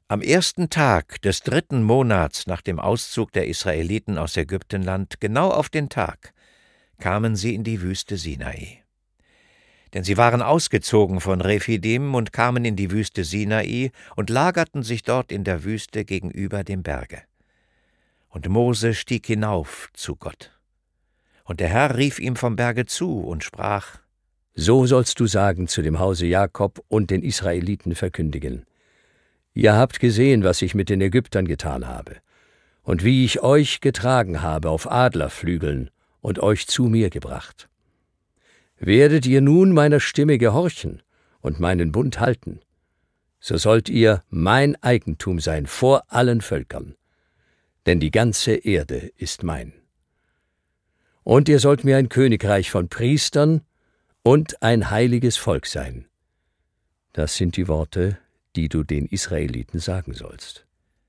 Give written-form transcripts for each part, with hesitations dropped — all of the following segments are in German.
Am ersten Tag des 3. Monats nach dem Auszug der Israeliten aus Ägyptenland, genau auf den Tag, kamen sie in die Wüste Sinai. Denn sie waren ausgezogen von Rephidim und kamen in die Wüste Sinai und lagerten sich dort in der Wüste gegenüber dem Berge. Und Mose stieg hinauf zu Gott. Und der Herr rief ihm vom Berge zu und sprach: So sollst du sagen zu dem Hause Jakob und den Israeliten verkündigen: Ihr habt gesehen, was ich mit den Ägyptern getan habe, und wie ich euch getragen habe auf Adlerflügeln und euch zu mir gebracht. Werdet ihr nun meiner Stimme gehorchen und meinen Bund halten, so sollt ihr mein Eigentum sein vor allen Völkern, denn die ganze Erde ist mein. Und ihr sollt mir ein Königreich von Priestern und ein heiliges Volk sein. Das sind die Worte, die du den Israeliten sagen sollst.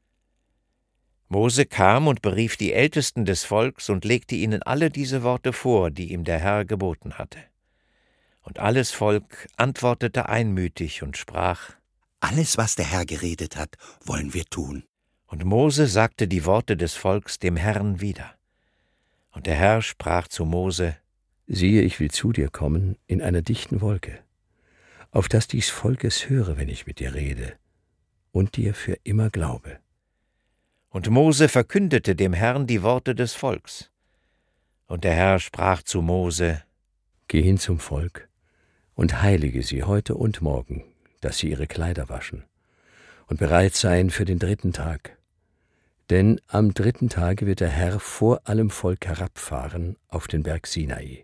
Mose kam und berief die Ältesten des Volks und legte ihnen alle diese Worte vor, die ihm der Herr geboten hatte. Und alles Volk antwortete einmütig und sprach: Alles, was der Herr geredet hat, wollen wir tun. Und Mose sagte die Worte des Volks dem Herrn wieder. Und der Herr sprach zu Mose: Siehe, ich will zu dir kommen in einer dichten Wolke, auf dass dies Volk es höre, wenn ich mit dir rede, und dir für immer glaube. Und Mose verkündete dem Herrn die Worte des Volks. Und der Herr sprach zu Mose: Geh hin zum Volk und heilige sie heute und morgen, dass sie ihre Kleider waschen und bereit seien für den 3. Tag. Denn am 3. Tage wird der Herr vor allem Volk herabfahren auf den Berg Sinai.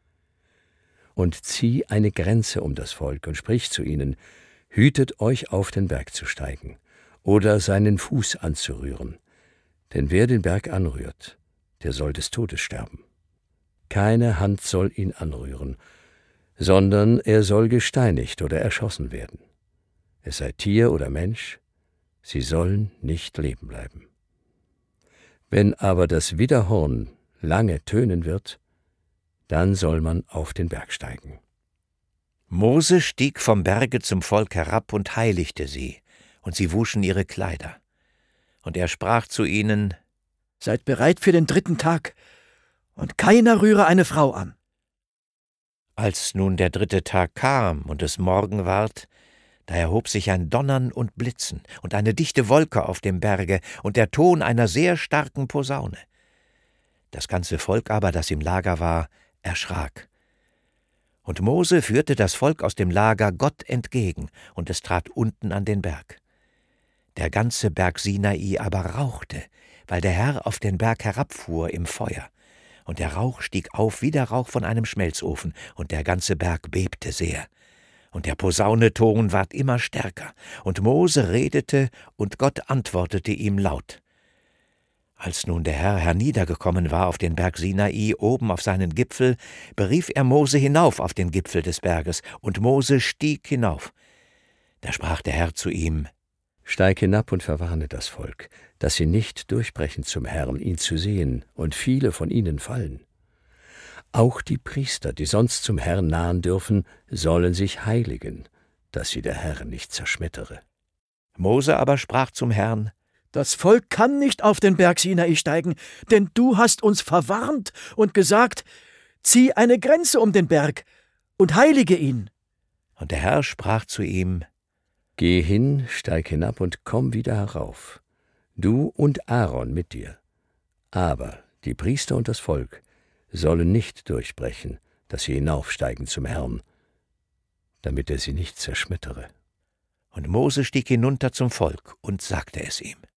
Und zieh eine Grenze um das Volk und sprich zu ihnen: Hütet euch, auf den Berg zu steigen oder seinen Fuß anzurühren. Denn wer den Berg anrührt, der soll des Todes sterben. Keine Hand soll ihn anrühren, sondern er soll gesteinigt oder erschossen werden. Es sei Tier oder Mensch, sie sollen nicht leben bleiben. Wenn aber das Widderhorn lange tönen wird, dann soll man auf den Berg steigen. Mose stieg vom Berge zum Volk herab und heiligte sie, und sie wuschen ihre Kleider. Und er sprach zu ihnen: Seid bereit für den 3. Tag, und keiner rühre eine Frau an. Als nun der 3. Tag kam und es Morgen ward, da erhob sich ein Donnern und Blitzen und eine dichte Wolke auf dem Berge und der Ton einer sehr starken Posaune. Das ganze Volk aber, das im Lager war, erschrak. Und Mose führte das Volk aus dem Lager Gott entgegen, und es trat unten an den Berg. Der ganze Berg Sinai aber rauchte, weil der Herr auf den Berg herabfuhr im Feuer. Und der Rauch stieg auf wie der Rauch von einem Schmelzofen, und der ganze Berg bebte sehr. Und der Posauneton ward immer stärker, und Mose redete, und Gott antwortete ihm laut. Als nun der Herr herniedergekommen war auf den Berg Sinai, oben auf seinen Gipfel, berief er Mose hinauf auf den Gipfel des Berges, und Mose stieg hinauf. Da sprach der Herr zu ihm: Steig hinab und verwarne das Volk, dass sie nicht durchbrechen zum Herrn, ihn zu sehen, und viele von ihnen fallen. Auch die Priester, die sonst zum Herrn nahen dürfen, sollen sich heiligen, dass sie der Herr nicht zerschmettere. Mose aber sprach zum Herrn: Das Volk kann nicht auf den Berg Sinai steigen, denn du hast uns verwarnt und gesagt: Zieh eine Grenze um den Berg und heilige ihn. Und der Herr sprach zu ihm: Geh hin, steig hinab und komm wieder herauf, du und Aaron mit dir. Aber die Priester und das Volk sollen nicht durchbrechen, dass sie hinaufsteigen zum Herrn, damit er sie nicht zerschmettere. Und Mose stieg hinunter zum Volk und sagte es ihm.